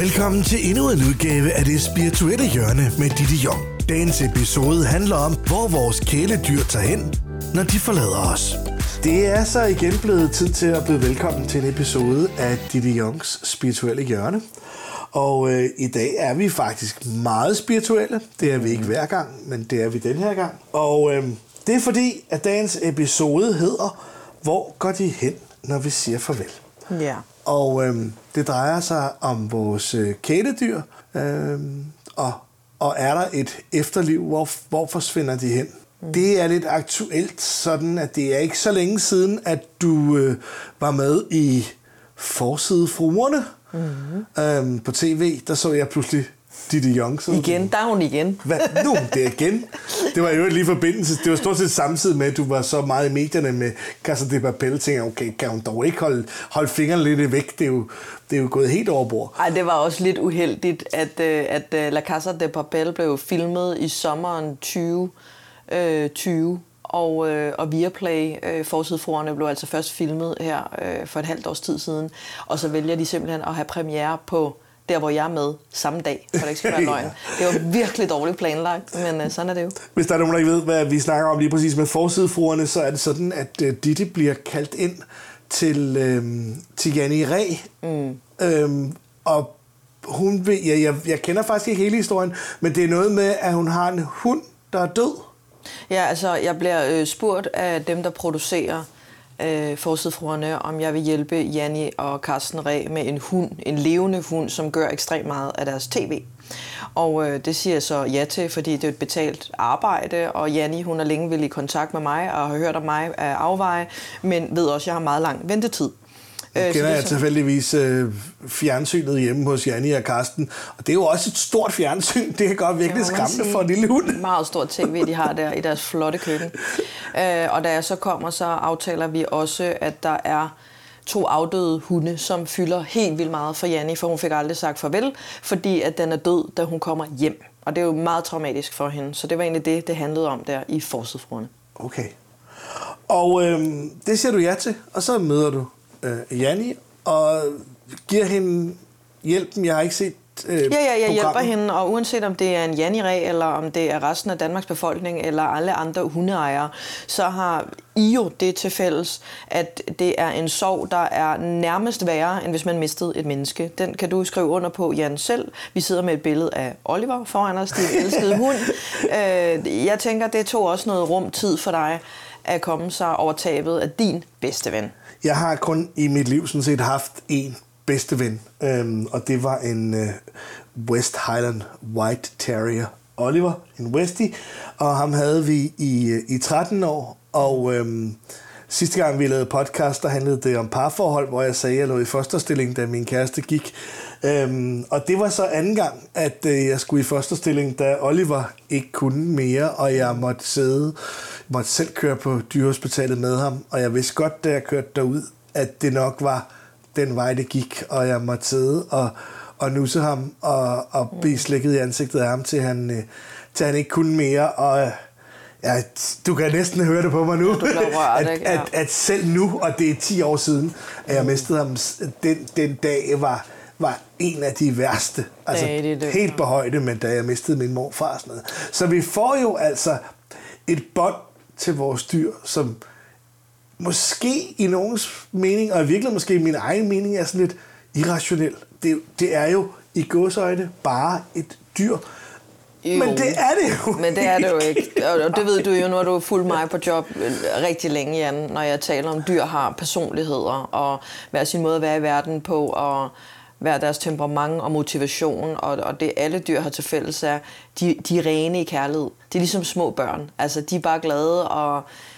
Velkommen til endnu en udgave af Det Spirituelle Hjørne med Ditte Jong. Dagens episode handler om, hvor vores kæledyr tager hen, når de forlader os. Det er så igen blevet tid til at byde velkommen til en episode af Ditte Jongs Spirituelle Hjørne. Og i dag er vi faktisk meget spirituelle. Det er vi ikke hver gang, men det er vi den her gang. Og det er fordi, at dagens episode hedder, hvor går de hen, når vi siger farvel? Ja. Og det drejer sig om vores kæledyr, og er der et efterliv, hvor forsvinder de hen? Det er lidt aktuelt, sådan at det er ikke så længe siden, at du var med i Forsidefruerne på tv. Der så jeg pludselig Ditte Jong. Igen, der er hun igen. Hvad nu? Det er igen. Det var jo lige forbindelse. Det var stort set samtidig med, at du var så meget i medierne med Casa de Papel. Tænkte okay, kan hun dog ikke holde fingrene lidt væk? Det er jo gået helt over bord. Ej, det var også lidt uheldigt, at La Casa de Papel blev filmet i sommeren 2020. Og Viaplay, Forsidefruerne, blev altså først filmet her for et halvt års tid siden. Og så vælger de simpelthen at have premiere på der, hvor jeg er med samme dag, for det ikke skal være løgn. Det var virkelig dårligt planlagt, men sådan er det jo. Hvis der er nogen, der ikke ved, hvad vi snakker om lige præcis med Forsidefruerne, så er det sådan, at Ditte bliver kaldt ind til Janni Ræ. Og hun vil, jeg kender faktisk ikke hele historien, men det er noget med, at hun har en hund, der er død. Ja, altså jeg bliver spurgt af dem, der producerer Forsidefruerne, om jeg vil hjælpe Janni og Carsten Ræ med en hund, en levende hund, som gør ekstremt meget af deres tv. Og det siger jeg så ja til, fordi det er et betalt arbejde, og Janni, hun er længe vil i kontakt med mig og har hørt om mig af afveje, men ved også, at jeg har meget lang ventetid. Jeg kender tilfældigvis fjernsynet hjemme hos Janni og Carsten, og det er jo også et stort fjernsyn. Det kan godt virkelig skræmmende for en lille hund. Meget stort tv, de har der i deres flotte køkken. Og da jeg så kommer, så aftaler vi også, at der er 2 afdøde hunde, som fylder helt vildt meget for Janni, for hun fik aldrig sagt farvel, fordi at den er død, da hun kommer hjem. Og det er jo meget traumatisk for hende, så det var egentlig det handlede om der i Forsidefruerne. Okay. Og det siger du ja til, og så møder du Janni og giver hende hjælpen. Jeg har ikke set jeg hjælper hende, og uanset om det er en Janni Ræ, eller om det er resten af Danmarks befolkning, eller alle andre hundeejere, så har I jo det til fælles, at det er en sorg, der er nærmest værre, end hvis man mistede et menneske. Den kan du skrive under på, Jan, selv. Vi sidder med et billede af Oliver foran os, din elskede hund. Jeg tænker, det tog også noget rumtid for dig at komme sig over tabet af din bedste ven. Jeg har kun i mit liv sådan set haft en bedste ven, og det var en West Highland White Terrier, Oliver, en Westie, og ham havde vi i 13 år, og sidste gang vi lavede podcast, der handlede det om parforhold, hvor jeg sagde, at jeg lå i fosterstilling, da min kæreste gik, og det var så anden gang, at jeg skulle i fosterstilling, da Oliver ikke kunne mere, og jeg måtte selv køre på dyrehospitalet med ham, og jeg vidste godt, da jeg kørte derud, at det nok var den vej, det gik, og jeg måtte sidde og nusse ham og blive slikket i ansigtet af ham, til han ikke kunne mere, og ja, du kan næsten høre det på mig nu, at selv nu, og det er 10 år siden, at jeg mistede ham, den dag var en af de værste, altså helt på højde med, da jeg mistede min morfar og sådan noget. Så vi får jo altså et bånd til vores dyr, som måske i nogens mening, og virkelig måske i min egen mening, er sådan lidt irrationel. Det er jo i gåseøjne bare et dyr. Jo, men det er det jo. Men det er det jo ikke. Og det ved du jo, når du har fulgt mig på job rigtig længe, Jan, når jeg taler om, dyr har personligheder, og hver sin måde at være i verden på, og hver deres temperament og motivation, og det alle dyr har til fælles er, de er rene i kærlighed. De er ligesom små børn. Altså, de er bare glade og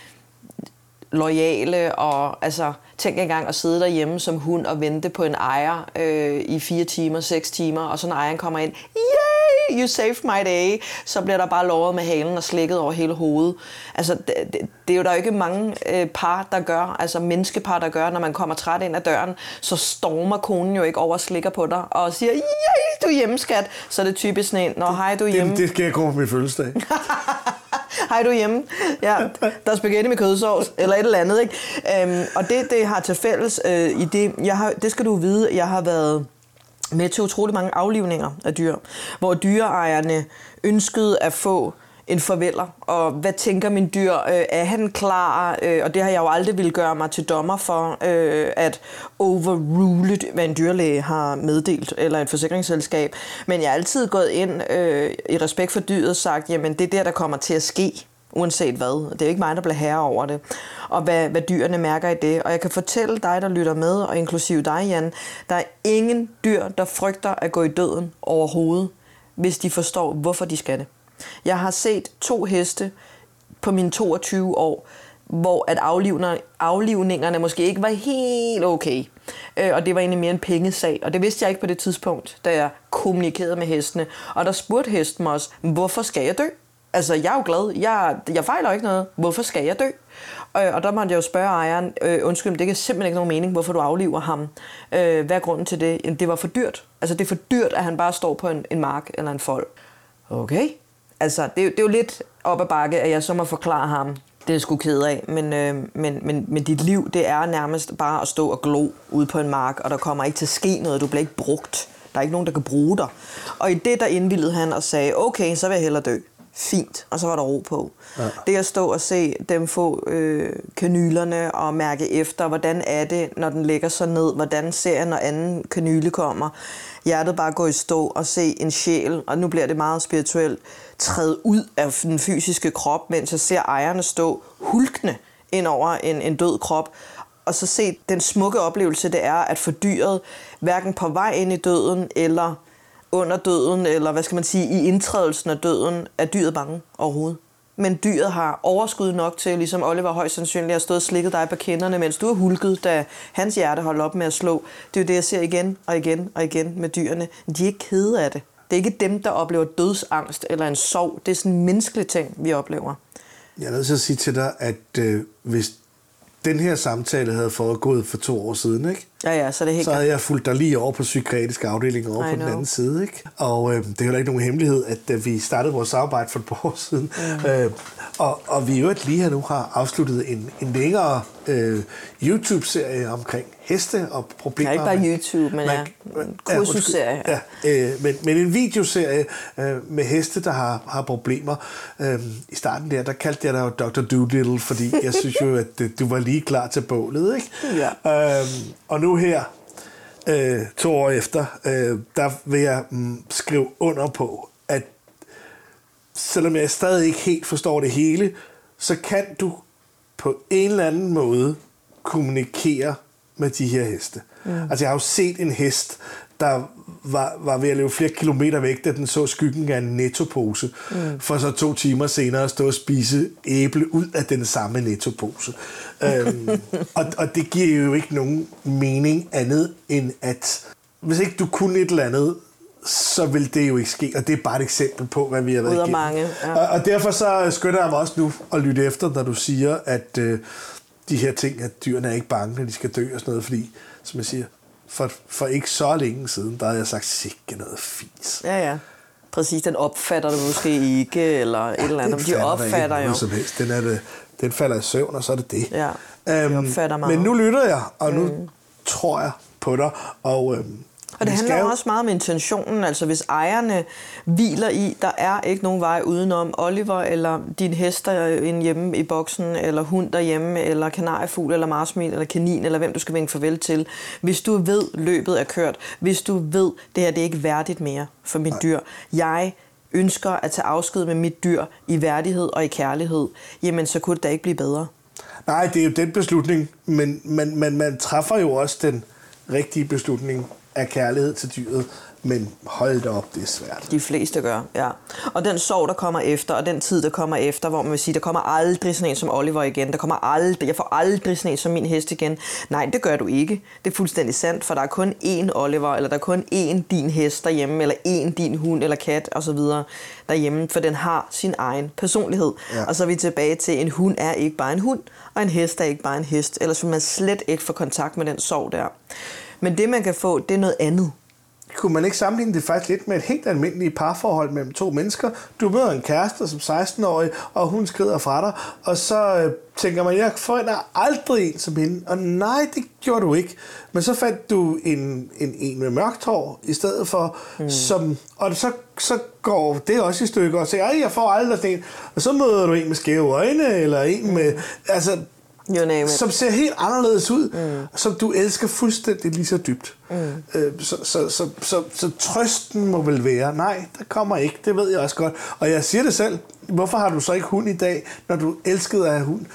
loyale, og altså, tænk engang at sidde derhjemme som hund og vente på en ejer i 4 timer, 6 timer, og så når ejeren kommer ind, yay, you saved my day, så bliver der bare lovet med halen og slikket over hele hovedet. Altså, det er jo der ikke mange par, der gør, altså menneskepar, der gør, når man kommer træt ind ad døren, så stormer konen jo ikke over og slikker på dig, og siger, yay, du er hjemme, skat. Så er det typisk sådan, nå, hej, du er hjemme. Det skal jeg komme på min fødselsdag. Hej, du er hjemme. Ja, der er spaghetti med kødsovs, eller et eller andet, ikke? Og det har til fælles i det, det skal du vide, jeg har været med til utrolig mange aflivninger af dyr, hvor dyreejerne ønskede at få en farveler, og hvad tænker min dyr? Er han klar? Og det har jeg jo aldrig ville gøre mig til dommer for, at overrule, hvad en dyrlæge har meddelt, eller et forsikringsselskab. Men jeg har altid gået ind i respekt for dyret og sagt, jamen det er der kommer til at ske, uanset hvad. Det er ikke mig, der bliver herre over det. Og hvad dyrene mærker i det. Og jeg kan fortælle dig, der lytter med, og inklusive dig, Jan, der er ingen dyr, der frygter at gå i døden overhovedet, hvis de forstår, hvorfor de skal det. Jeg har set 2 heste på mine 22 år, hvor at aflivningerne måske ikke var helt okay. Og det var egentlig mere en pengesag. Og det vidste jeg ikke på det tidspunkt, da jeg kommunikerede med hestene. Og der spurgte hesten mig også, hvorfor skal jeg dø? Altså, jeg er jo glad. Jeg fejler ikke noget. Hvorfor skal jeg dø? Og der måtte jeg jo spørge ejeren, undskyld, det giver simpelthen ikke nogen mening, hvorfor du afliver ham. Hvad er grunden til det? Jamen, det var for dyrt. Altså, det er for dyrt, at han bare står på en mark eller en fold. Okay. Altså, det er jo lidt op ad bakke, at jeg så må forklare ham. Det er sgu ked af, men dit liv, det er nærmest bare at stå og glo ude på en mark, og der kommer ikke til at ske noget, du bliver ikke brugt. Der er ikke nogen, der kan bruge dig. Og i det, der indvildede han og sagde, okay, så vil jeg hellere dø. Fint, og så var der ro på. Ja. Det at stå og se dem få kanylerne og mærke efter, hvordan er det, når den lægger sig ned, hvordan ser jeg, når anden kanyle kommer. Hjertet bare går i stå og se en sjæl, og nu bliver det meget spirituelt, træde ud af den fysiske krop, mens jeg ser ejerne stå hulkende ind over en død krop. Og så se den smukke oplevelse, det er, at få dyret hverken på vej ind i døden, eller under døden, eller hvad skal man sige, i indtrædelsen af døden, er dyret bange overhovedet. Men dyret har overskud nok til, ligesom Oliver højst sandsynligt har stået og slikket dig på kinderne, mens du er hulket, da hans hjerte holdt op med at slå. Det er jo det, jeg ser igen og igen og igen med dyrene. De er ikke kede af det. Det er ikke dem, der oplever dødsangst eller en sorg. Det er sådan en menneskelig ting, vi oplever. Jeg er nødt til at sige til dig, at hvis den her samtale havde foregået for 2 år siden, ikke? Ja, så det er helt så havde jeg fulgt dig lige over på psykiatrisk afdeling over på den anden side, ikke? Og det er heller ikke nogen hemmelighed, at vi startede vores samarbejde for et par år siden. Og vi jo lige her nu har afsluttet en længere YouTube-serie omkring heste og problemer. Ja, ikke bare YouTube, men en kursusserie. Men en videoserie med heste, der har problemer. I starten der kaldte jeg dig jo Dr. Doolittle, fordi jeg synes jo, at du var lige klar til bålet, ikke? Ja. Og nu her, 2 år efter, der vil jeg skrive under på, at selvom jeg stadig ikke helt forstår det hele, så kan du på en eller anden måde kommunikere med de her heste. Altså jeg har jo set en hest, der var ved at løbe flere kilometer væk, da den så skyggen af en Netto-pose, for så 2 timer senere at stå og spise æble ud af den samme Netto-pose. Og det giver jo ikke nogen mening andet end at hvis ikke du kunne et eller andet, så vil det jo ikke ske, og det er bare et eksempel på, hvad vi har været igennem. Mange, ja. Og derfor så skynder jeg mig også nu at lytte efter, når du siger, at de her ting, at dyrene er ikke bange, når de skal dø og sådan noget, fordi, som jeg siger, for ikke så længe siden, der havde jeg sagt, sikke noget fis. Ja. Præcis, den opfatter det måske ikke, eller et eller andet. De opfatter jo. Som helst. Den falder i søvn, og så er det det. Ja, de opfatter meget. Men nu lytter jeg, og nu tror jeg på dig, og det handler også meget om intentionen, altså hvis ejerne hviler i, der er ikke nogen vej udenom Oliver, eller din hest derinde hjemme i boksen, eller hund derhjemme, eller kanariefugl, eller marsmil, eller kanin, eller hvem du skal vinke farvel til. Hvis du ved, løbet er kørt, hvis du ved, det her det er ikke værdigt mere for mit dyr. Jeg ønsker at tage afsked med mit dyr i værdighed og i kærlighed, jamen så kunne det da ikke blive bedre. Nej, det er jo den beslutning, men man træffer jo også den rigtige beslutning af kærlighed til dyret, men hold da op, det er svært. De fleste gør, ja. Og den sorg, der kommer efter, og den tid, der kommer efter, hvor man vil sige, der kommer aldrig sådan en som Oliver igen, jeg får aldrig sådan en som min hest igen. Nej, det gør du ikke. Det er fuldstændig sandt, for der er kun én Oliver, eller der er kun én din hest derhjemme, eller én din hund eller kat, osv. derhjemme, for den har sin egen personlighed. Ja. Og så er vi tilbage til, en hund er ikke bare en hund, og en hest er ikke bare en hest, ellers vil man slet ikke få kontakt med den sorg der. Men det, man kan få, det er noget andet. kunne man ikke sammenligne det faktisk lidt med et helt almindeligt parforhold mellem to mennesker? Du møder en kæreste som 16-årig, og hun skrider fra dig, og så tænker man, jeg finder aldrig en som hende. Og nej, det gjorde du ikke. Men så fandt du en med mørkt hår i stedet for, og så går det også i stykker, og siger, jeg får aldrig en. Og så møder du en med skæve øjne, eller en med, altså, som ser helt anderledes ud, som du elsker fuldstændig lige så dybt. Så trøsten må vel være, nej, der kommer ikke, det ved jeg også godt. Og jeg siger det selv, hvorfor har du så ikke hund i dag, når du elskede at have hund?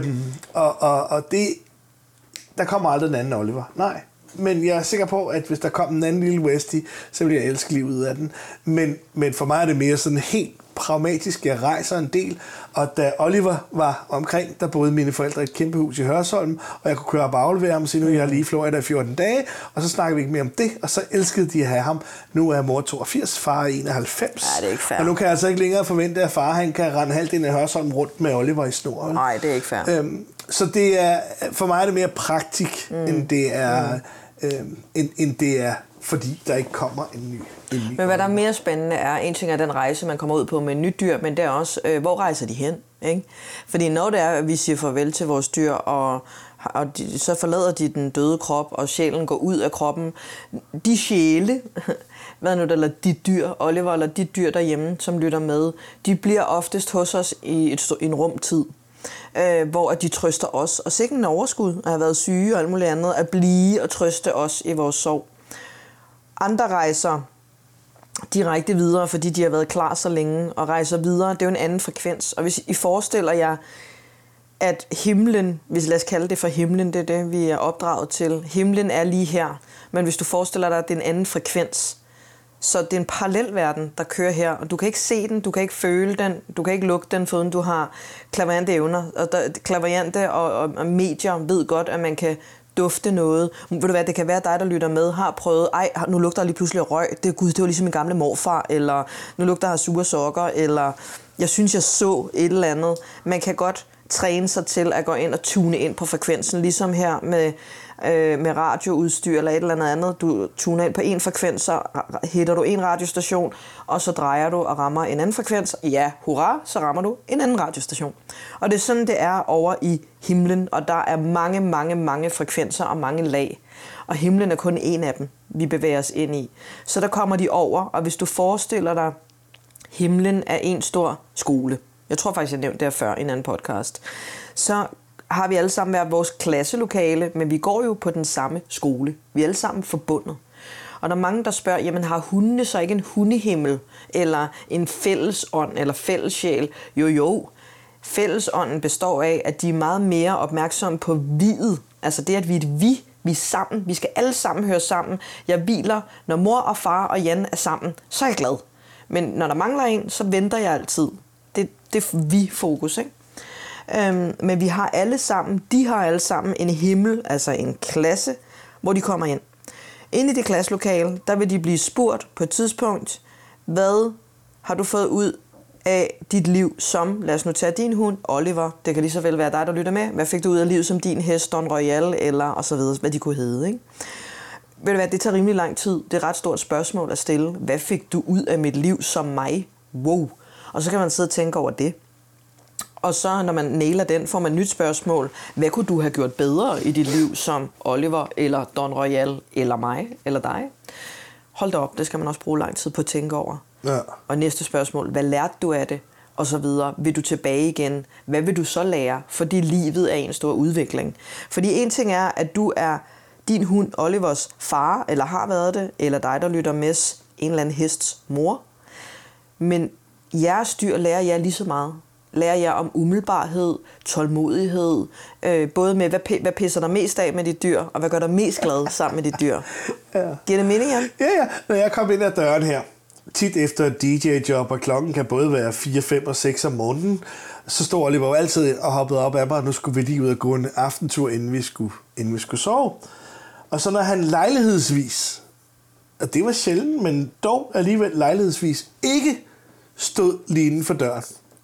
Og det, der kommer aldrig en anden Oliver, nej. Men jeg er sikker på, at hvis der kom en anden lille Westie, så ville jeg elske livet ud af den. Men for mig er det mere sådan helt pragmatisk. Jeg rejser en del, og da Oliver var omkring, der boede mine forældre i et kæmpe hus i Hørsholm, og jeg kunne køre op og aflevere ham, så nu jeg er lige i Florida i 14 dage, og så snakkede vi ikke mere om det, og så elskede de at have ham. Nu er mor 82, far 91. Ja, det er ikke fair. Og nu kan jeg altså ikke længere forvente, at far han kan rende halvdelen af Hørsholm rundt med Oliver i snoren. Nej, det er ikke fair. Så det er, for mig er det mere praktik, end det er... end det er, fordi der ikke kommer en ny. Men hvad der er mere spændende er, en ting er den rejse, man kommer ud på med et nyt dyr, men det er også, hvor rejser de hen? Ikke? Fordi når det er, at vi siger farvel til vores dyr, og så forlader de den døde krop, og sjælen går ud af kroppen, de sjæle, hvad nu, eller de dyr, Oliver, eller de dyr derhjemme, som lytter med, de bliver oftest hos os i en rumtid. Hvor de trøster os, og sikkert en overskud at have været syge og alt muligt andet, at blive og trøste os i vores sorg. Andre rejser direkte videre, fordi de har været klar så længe, og rejser videre, det er jo en anden frekvens. Og hvis I forestiller jer, at himlen, hvis lad os kalde det for himlen, det er det, vi er opdraget til. Himlen er lige her, men hvis du forestiller dig, at det er en anden frekvens, så det er en parallelverden, der kører her, og du kan ikke se den, du kan ikke føle den, du kan ikke lugte den, foruden du har klaverante evner. Og klaverante og medier ved godt, at man kan dufte noget. Ved du hvad, det kan være dig, der lytter med, har prøvet, nu lugter der lige pludselig af røg, det var ligesom min gamle morfar, eller nu lugter der af sure sokker, eller jeg synes, jeg så et eller andet. Man kan godt træne sig til at gå ind og tune ind på frekvensen, ligesom her med radioudstyr eller et eller andet. Du tuner ind på en frekvens, så hitter du en radiostation, og så drejer du og rammer en anden frekvens. Ja, hurra, så rammer du en anden radiostation. Og det er sådan, det er over i himlen, og der er mange, mange, mange frekvenser og mange lag. Og himlen er kun en af dem, vi bevæger os ind i. Så der kommer de over, og hvis du forestiller dig, himlen er en stor skole. Jeg tror faktisk, jeg nævnte det før i en anden podcast. Så har vi alle sammen været vores klasselokale, men vi går jo på den samme skole. Vi er alle sammen forbundet. Og der er mange, der spørger, jamen har hundene så ikke en hundehimmel, eller en fællesånd, eller fællessjæl? Jo. Fællesånden består af, at de er meget mere opmærksomme på viet. Altså det, at vi er et vi er sammen. Vi skal alle sammen høre sammen. Jeg hviler, når mor og far og Jan er sammen, så er jeg glad. Men når der mangler en, så venter jeg altid. Det er vi-fokus, ikke? Men vi har alle sammen, de har alle sammen en himmel, altså en klasse, hvor de kommer ind. Inde i det klasselokale, der vil de blive spurgt på et tidspunkt, hvad har du fået ud af dit liv som, lad os nu tage din hund, Oliver, det kan lige så vel være dig, der lytter med, hvad fik du ud af livet som din hest, Don Royal, eller og så videre, hvad de kunne hedde, ikke? Ved du hvad, det tager rimelig lang tid, det er et ret stort spørgsmål at stille, hvad fik du ud af mit liv som mig? Wow! Og så kan man sidde og tænke over det. Og så, når man nailer den, får man et nyt spørgsmål. Hvad kunne du have gjort bedre i dit liv som Oliver, eller Don Royal, eller mig, eller dig? Hold da op, det skal man også bruge lang tid på at tænke over. Ja. Og næste spørgsmål, hvad lærte du af det? Og så videre. Vil du tilbage igen? Hvad vil du så lære? Fordi livet er en stor udvikling. Fordi en ting er, at du er din hund Olivers far, eller har været det, eller dig, der lytter med, en eller anden hests mor. Men jeres dyr lærer jer lige så meget. Lærer jer om umiddelbarhed, tålmodighed, både med, hvad pisser der mest af med dit dyr, og hvad gør dig mest glad sammen med dit dyr. Ja. Giver det mening, Jan? Ja. Når jeg kom ind ad døren her, tit efter et DJ-job, og klokken kan både være 4, 5 og 6 om morgenen, så stod Oliver jo altid og hoppede op af mig, og nu skulle vi lige ud og gå en aftentur, inden vi skulle sove. Og så når han lejlighedsvis, og det var sjældent, men dog alligevel lejlighedsvis, ikke stod lige inden for døren,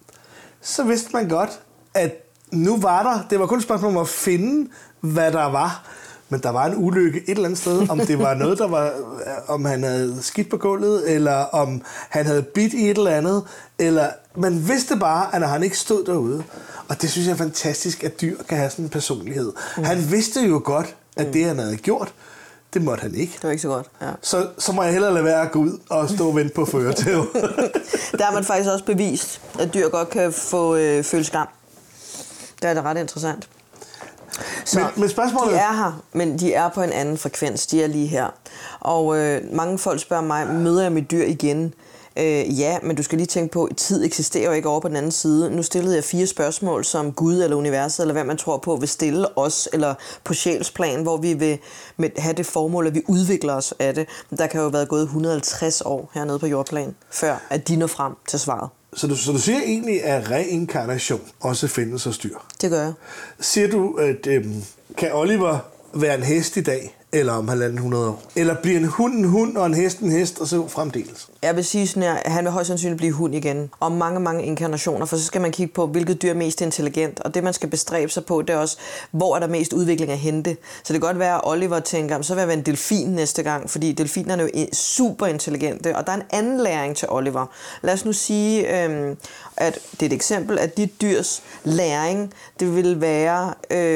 så vidste man godt, at nu var der, det var kun et spørgsmål om at finde, hvad der var, men der var en ulykke et eller andet sted, om det var noget, om han havde skidt på gulvet, eller om han havde bidt i et eller andet, eller man vidste bare, at han ikke stod derude. Og det synes jeg er fantastisk, at dyr kan have sådan en personlighed. Han vidste jo godt, at det han havde gjort, det måtte han ikke. Det var ikke så godt, ja. Så må jeg hellere lade være at gå ud og stå og vente på førertæv. Der har man faktisk også bevist, at dyr godt kan få føle skam. Det er da ret interessant. Så men spørgsmålet... de er her, men de er på en anden frekvens. De er lige her. Og mange folk spørger mig, møder jeg mit dyr igen? Ja, men du skal lige tænke på, at tid eksisterer jo ikke over på den anden side. Nu stillede jeg 4 spørgsmål, som Gud eller universet, eller hvad man tror på, vil stille os, eller på sjælsplan, hvor vi vil have det formål, at vi udvikler os af det. Der kan jo have været gået 150 år hernede på jordplan, før at de når frem til svaret. Så du siger egentlig, at reinkarnation også findes hos dyr? Det gør jeg. Siger du, at kan Oliver være en hest i dag, eller om 1.500 år? Eller bliver en hund, og en hest, og så fremdeles? Jeg vil sige sådan her, at han vil højst sandsynligt blive hund igen. Om mange inkarnationer, for så skal man kigge på, hvilket dyr er mest intelligent. Og det, man skal bestræbe sig på, det er også, hvor er der mest udvikling at hente. Så det kan godt være, at Oliver tænker, så vil jeg være en delfin næste gang, fordi delfinerne er jo super intelligente, og der er en anden læring til Oliver. Lad os nu sige, at det er et eksempel, at dit dyrs læring, det vil være...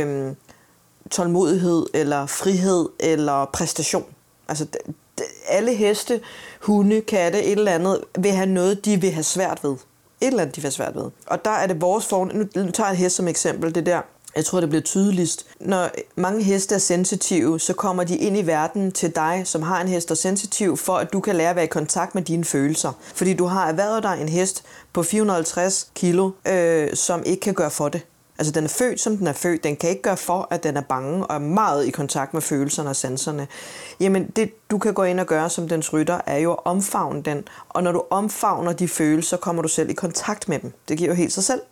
tålmodighed, eller frihed, eller præstation. Altså, alle heste, hunde, katte, et eller andet, vil have noget, de vil have svært ved. Et eller andet, de vil have svært ved. Og der er det vores form. Nu tager jeg et hest som eksempel. Det der, jeg tror, det bliver tydeligst. Når mange heste er sensitive, så kommer de ind i verden til dig, som har en hest og sensitiv, for at du kan lære at være i kontakt med dine følelser. Fordi du har erhvervet dig en hest på 450 kilo, som ikke kan gøre for det. Altså, den er født, som den er født. Den kan ikke gøre for, at den er bange og er meget i kontakt med følelserne og sanserne. Jamen, det du kan gå ind og gøre som dens rytter, er jo at omfavne den. Og når du omfavner de følelser, kommer du selv i kontakt med dem. Det giver jo helt sig selv.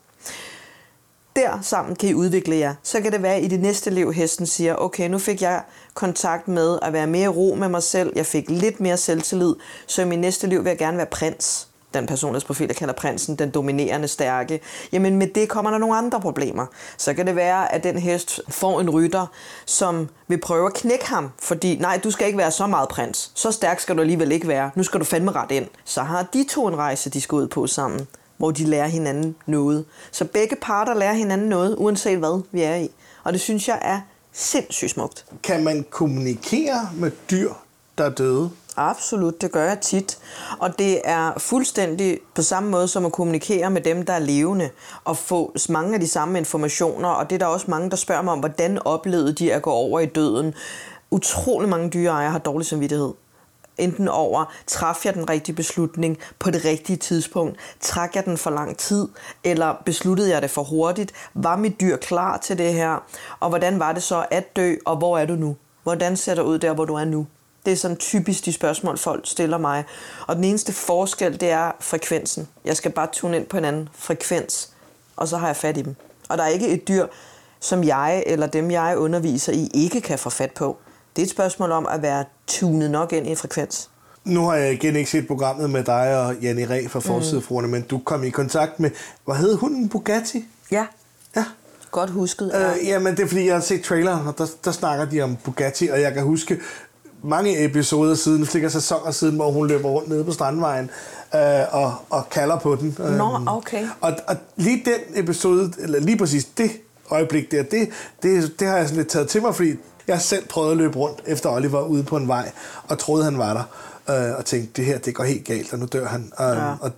Der sammen kan I udvikle jer. Så kan det være, at i det næste liv, hesten siger, okay, nu fik jeg kontakt med at være mere ro med mig selv. Jeg fik lidt mere selvtillid. Så i min næste liv vil jeg gerne være prins. Den personlighedsprofil, jeg kalder prinsen, den dominerende stærke, jamen med det kommer der nogle andre problemer. Så kan det være, at den hest får en rytter, som vil prøve at knække ham, fordi nej, du skal ikke være så meget prins. Så stærk skal du alligevel ikke være. Nu skal du fandme ret ind. Så har de to en rejse, de skal ud på sammen, hvor de lærer hinanden noget. Så begge parter lærer hinanden noget, uanset hvad vi er i. Og det synes jeg er sindssygt smukt. Kan man kommunikere med dyr, der er døde? Absolut, det gør jeg tit. Og det er fuldstændig på samme måde som at kommunikere med dem, der er levende, og få mange af de samme informationer. Og det er der også mange, der spørger mig om, hvordan oplevede de at gå over i døden. Utrolig mange dyreejere har dårlig samvittighed. Enten over, træffede jeg den rigtige beslutning på det rigtige tidspunkt? Trak jeg den for lang tid? Eller besluttede jeg det for hurtigt? Var mit dyr klar til det her? Og hvordan var det så at dø, og hvor er du nu? Hvordan ser det ud der, hvor du er nu? Det er sådan typisk de spørgsmål, folk stiller mig. Og den eneste forskel, det er frekvensen. Jeg skal bare tune ind på en anden frekvens, og så har jeg fat i dem. Og der er ikke et dyr, som jeg eller dem, jeg underviser i, ikke kan få fat på. Det er et spørgsmål om at være tunet nok ind i en frekvens. Nu har jeg igen ikke set programmet med dig og Janni Ræ fra Forsidefruerne, men du kom i kontakt med, hvad hed hunden, Bugatti? Ja. Ja. Godt husket. Ja. Jamen det er fordi, jeg har set traileren, og der snakker de om Bugatti, og jeg kan huske mange episoder siden, flere sæsoner siden, hvor hun løber rundt nede på Strandvejen og kalder på den. Nå, okay. Og lige den episode, eller lige præcis det øjeblik der, det har jeg sådan lidt taget til mig, fordi jeg selv prøvede at løbe rundt efter Oliver ude på en vej, og troede, han var der, og tænkte, det går helt galt, og nu dør han. Ja. Og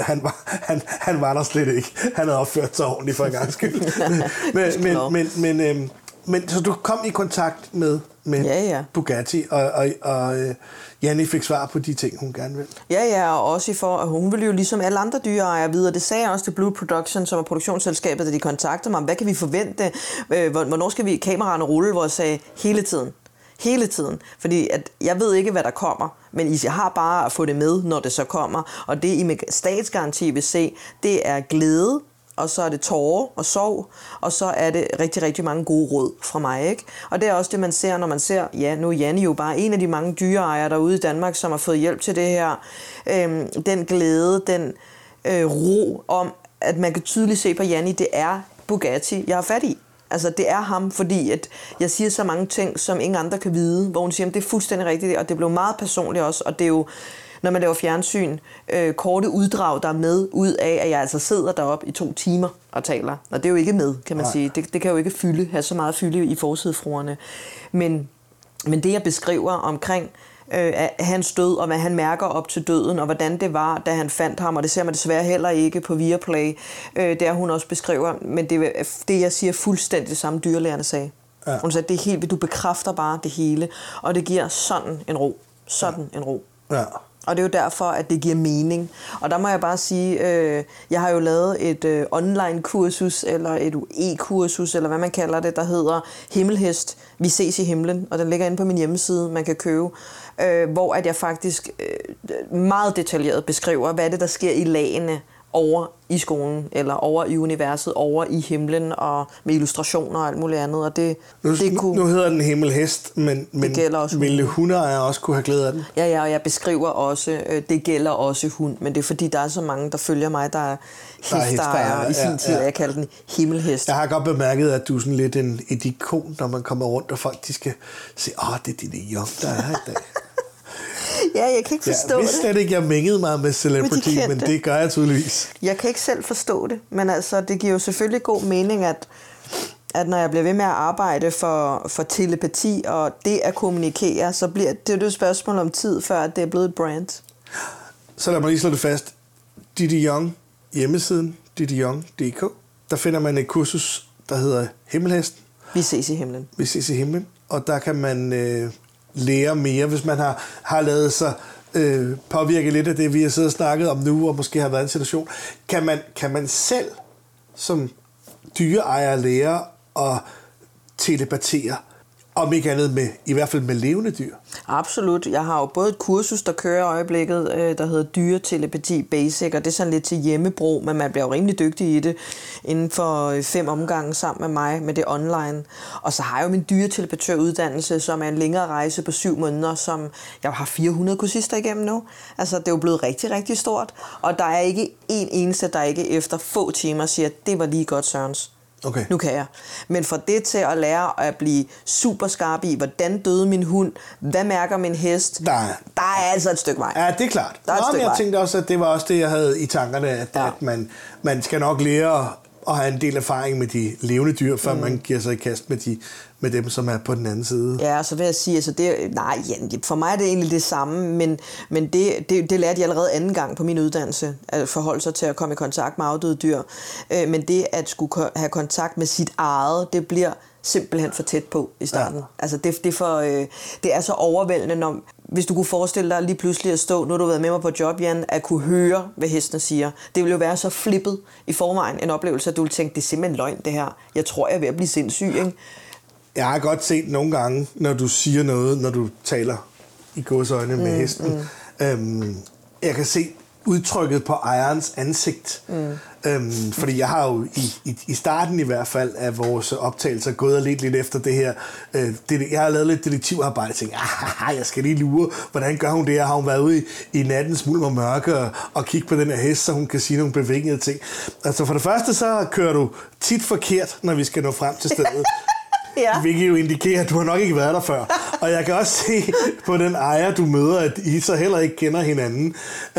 han var der slet ikke. Han havde opført sig ordentligt for en gang skyld. Men så du kom i kontakt med Bugatti, og Janni fik svar på de ting, hun gerne vil. Ja, og også for, at hun ville jo ligesom alle andre dyreejere vide, og det sagde jeg også til Blue Production, som er produktionsselskabet, da de kontaktede mig, hvad kan vi forvente, hvornår skal vi kameraerne rulle, hvor jeg sagde hele tiden, fordi at jeg ved ikke, hvad der kommer, men I har bare at få det med, når det så kommer, og det I med statsgaranti vil se, det er glæde, og så er det tårer og sorg, og så er det rigtig, rigtig mange gode råd fra mig, ikke? Og det er også det, man ser, når man ser, ja, nu er Janni jo bare en af de mange dyreejere derude i Danmark, som har fået hjælp til det her. Den glæde, den ro om, at man kan tydeligt se på Janni, det er Bugatti, jeg har fat i. Altså, det er ham, fordi at jeg siger så mange ting, som ingen andre kan vide, hvor hun siger, at det er fuldstændig rigtigt, og det blev meget personligt også, og det er jo, når man laver fjernsyn, korte uddrag, der er med ud af, at jeg altså sidder deroppe i 2 timer og taler. Og det er jo ikke med, kan man sige. Det kan jo ikke have så meget fylde i forsidefruerne. Men det, jeg beskriver omkring hans død, og hvad han mærker op til døden, og hvordan det var, da han fandt ham, og det ser man desværre heller ikke på Viaplay, der hun også beskriver, men det jeg siger fuldstændig det samme, dyrlægerne sagde. Ja. Hun sagde, det er helt, du bekræfter bare det hele, og det giver sådan en ro. En ro. Ja. Og det er jo derfor, at det giver mening. Og der må jeg bare sige, jeg har jo lavet et online-kursus, eller et e-kursus, eller hvad man kalder det, der hedder Himmelhest. Vi ses i himlen, og den ligger inde på min hjemmeside, man kan købe. Hvor at jeg faktisk meget detaljeret beskriver, hvad det der sker i lagene over i skolen, eller over i universet, over i himlen, og med illustrationer og alt muligt andet. Og nu hedder den Himmelhest, men ville hundeejere også kunne have glæde af den? Ja, og jeg beskriver også, det gælder også hund, men det er fordi, der er så mange, der følger mig, der er hestejere i sin tid, jeg kalder den Himmelhest. Jeg har godt bemærket, at du er sådan lidt et ikon, når man kommer rundt, og folk de skal se, det er de Young, der er her i dag. Ja, jeg kan ikke forstå det. Jeg slet ikke, jeg mængede mig med celebrity, men det gør jeg tydeligvis. Jeg kan ikke selv forstå det, men altså, det giver jo selvfølgelig god mening, at når jeg bliver ved med at arbejde for telepati og det at kommunikere, så bliver det jo et spørgsmål om tid, før det er blevet et brand. Så lad mig lige slå det fast. Didi Young, hjemmesiden, didiyoung.dk, der finder man et kursus, der hedder Himmelhesten. Vi ses i himlen. Vi ses i himlen, og der kan man lære mere, hvis man har lavet sig påvirke lidt af det, vi har siddet og snakket om nu, og måske har været en situation. Kan man selv som dyreejer lære at telepatere, om ikke andet med, i hvert fald med levende dyr? Absolut. Jeg har jo både et kursus, der kører i øjeblikket, der hedder Dyretelepati Basic, og det er sådan lidt til hjemmebrug, men man bliver jo rimelig dygtig i det inden for 5 omgange sammen med mig med det online. Og så har jeg jo min dyretelepatøruddannelse, som er en længere rejse på 7 måneder, som jeg har 400 kursister igennem nu. Altså, det er jo blevet rigtig, rigtig stort, og der er ikke en eneste, der ikke efter få timer siger, det var lige godt, Sørens. Okay. Nu kan jeg. Men fra det til at lære at blive super skarp i, hvordan døde min hund, hvad mærker min hest, der er altså et stykke vej. Ja, det er klart. Jeg tænkte også, at det var også det, jeg havde i tankerne, at man skal nok lære at have en del erfaring med de levende dyr, før man giver sig i kast med dem, som er på den anden side. Ja, så vil jeg sige, altså for mig er det egentlig det samme, men det lærte jeg allerede anden gang på min uddannelse, at forholde sig til at komme i kontakt med afdøde dyr. Men det at skulle have kontakt med sit eget, det bliver simpelthen for tæt på i starten. Ja. Altså det er så overvældende, når, hvis du kunne forestille dig lige pludselig at stå, nu har du været med mig på job, Jan, at kunne høre, hvad hestene siger. Det ville jo være så flippet i forvejen en oplevelse, at du ville tænke, det er simpelthen løgn det her. Jeg tror, jeg er ved at blive sindssyg, ikke? Jeg har godt set nogle gange, når du siger noget, når du taler i gåseøjne med hesten. Jeg kan se udtrykket på ejerens ansigt. Fordi jeg har jo i starten i hvert fald af vores optagelser gået og lidt efter det her. Jeg har lavet lidt detektivarbejde og tænkt, jeg skal lige lure, hvordan gør hun det? Har hun været ude i nattens mulm og mørke og kigge på den her hest, så hun kan sige nogle bevægende ting. Altså for det første, så kører du tit forkert, når vi skal nå frem til stedet. Ja. Hvilket jo indikerer, at du har nok ikke været der før. Og jeg kan også se på den ejer, du møder, at I så heller ikke kender hinanden.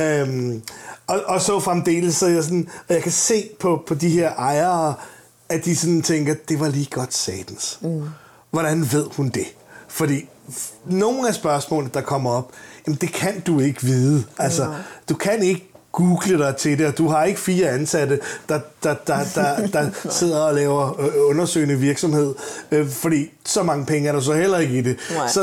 Og så fremdeles, så jeg kan se på de her ejere, at de sådan tænker, det var lige godt satans. Hvordan ved hun det? Fordi nogle af spørgsmålene, der kommer op, jamen det kan du ikke vide. Altså, du kan ikke google dig til det, og du har ikke 4 ansatte, der sidder og laver undersøgende virksomhed, fordi så mange penge er der så heller ikke i det.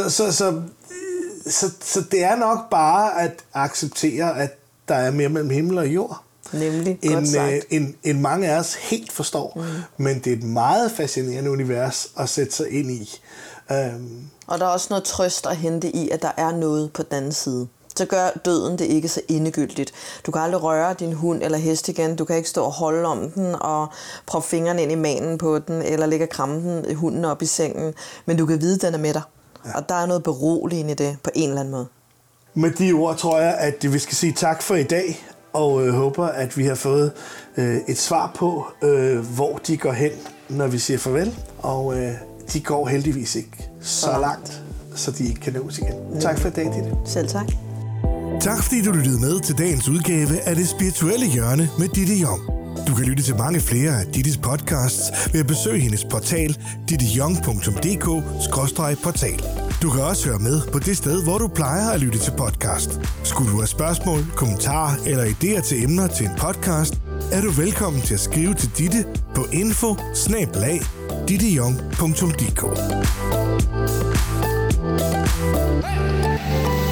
Så det er nok bare at acceptere, at der er mere mellem himmel og jord. Nemlig, end mange af os helt forstår. Men det er et meget fascinerende univers at sætte sig ind i. Og der er også noget trøst at hente i, at der er noget på den anden side. Så gør døden det ikke så endegyldigt. Du kan aldrig røre din hund eller hest igen. Du kan ikke stå og holde om den og proppe fingrene ind i manen på den, eller lægge og kramme hunden op i sengen. Men du kan vide, at den er med dig. Ja. Og der er noget beroligende i det på en eller anden måde. Med de ord tror jeg, at vi skal sige tak for i dag, og håber, at vi har fået et svar på, hvor de går hen når vi siger farvel, og de går heldigvis ikke så langt, så de ikke kan nås igen. Tak for i dag, Ditte. Selv tak. Tak fordi du lyttede med til dagens udgave af Det Spirituelle Hjørne med Ditte Jong. Du kan lytte til mange flere af Dittes podcasts ved at besøge hendes portal dittejong.dk/portal. Du kan også høre med på det sted, hvor du plejer at lytte til podcast. Skulle du have spørgsmål, kommentarer eller idéer til emner til en podcast, er du velkommen til at skrive til Ditte på info@dittejong.dk.